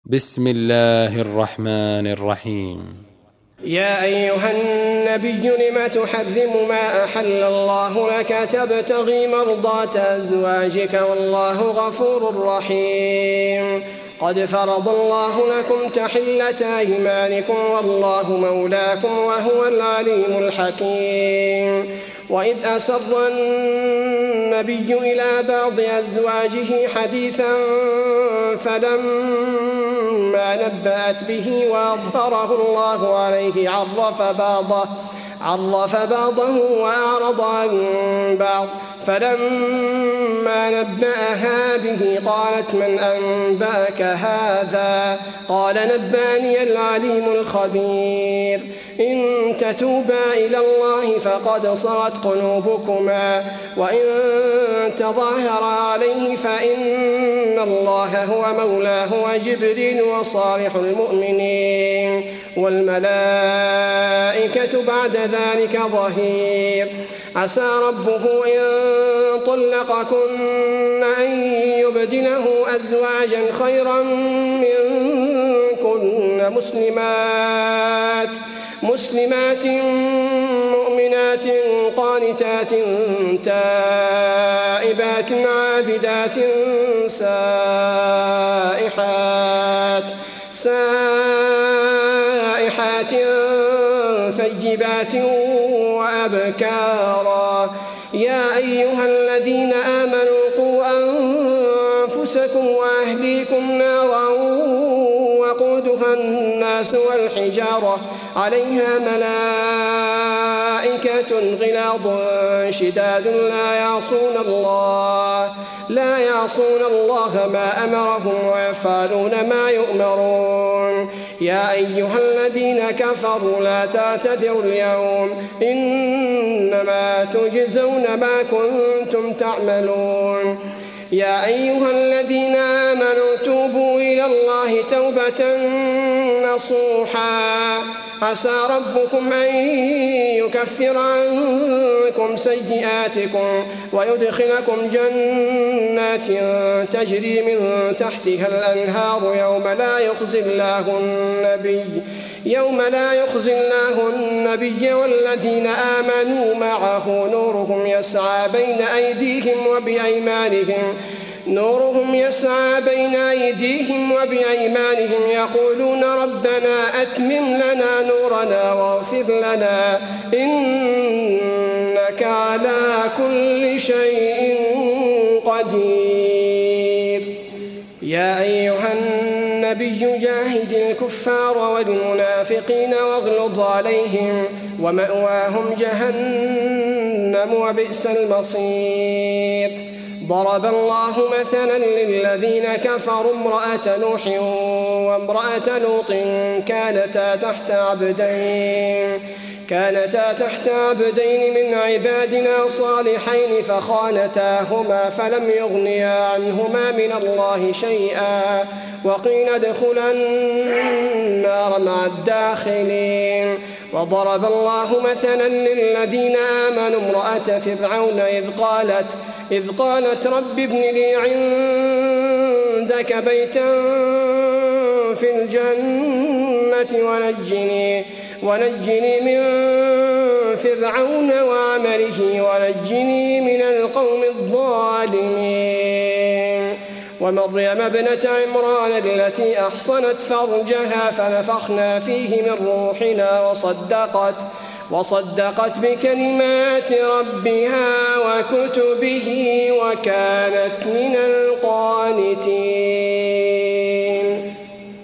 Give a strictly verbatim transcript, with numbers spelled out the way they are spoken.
بسم الله الرحمن الرحيم. يا أيها النبي لم تحرم ما أحل الله لك تبتغي مرضات أزواجك والله غفور رحيم. قد فرض الله لكم تحلة أيمانكم والله مولاكم وهو العليم الحكيم. وإذ أسر النبي إلى بعض أزواجه حديثا فلما نبأت به وأظهره الله عليه عرف بعضه عرف بعضه وأعرض عن بعض. فلما نبأها به قالت من أنبأك هذا؟ قال نبأني العليم الخبير. إن تتوبا إلى الله فقد صغت قلوبكما وإن تظاهرا عليه فإن الله هو مولاه وجبريل وصالح المؤمنين والملائكة بعد ذلك ظهير. عسى ربه إن طلقكن أن يبدله أزواجا خيرا منكن مسلمات مسلمات مؤمنات قانتات تائبات عابدات سائحات سائحات ثيبات وأبكارا. يا أيها الذين آمنوا قوا أنفسكم وأهليكم نارا وقودها الناس والحجارة عليها ملائكة غلاظ شداد لا يعصون الله لا يعصون الله ما أمرهم ويفعلون ما يؤمرون. يا أيها الذين كفروا لا تعتذروا اليوم إنما تجزون ما كنتم تعملون. يا أيها الذين آمنوا توبوا إلى الله توبة نصوحا عسى ربكم أن يكفر عنكم سيئاتكم ويدخلكم جنات تجري من تحتها الأنهار يوم لا يخزي الله النبي يوم لا يخزي الله النبي والذين آمنوا معه نورهم يسعى بين أيديهم وبأيمانهم نورهم يسعى بين أيديهم وبأيمانهم يقولون ربنا أتمم لنا نورنا واغفر لنا إنك على كل شيء قدير. يا أيها النبي جاهد الكفار والمنافقين واغلظ عليهم ومأواهم جهنم وبئس المصير. ضرب الله مثلا للذين كفروا امرأة نوح وامرأة لوط كانتا تحت عبدين كانتا تحت عبدين من عبادنا صالحين فخانتاهما فلم يغنيا عنهما من الله شيئا وقيل ادخلا النار مع الداخلين. وضرب الله مثلا للذين آمنوا امرأة فرعون إذ قالت إذ قالت رب ابن لي عندك بيتا في الجنة ونجني ونجني من فرعون وعمله ونجني من القوم الظالمين. ومريم ابنة عمران التي أحصنت فرجها فنفخنا فيه من روحنا وصدقت وصدقت بكلمات ربها وكتبه وكانت من القانتين.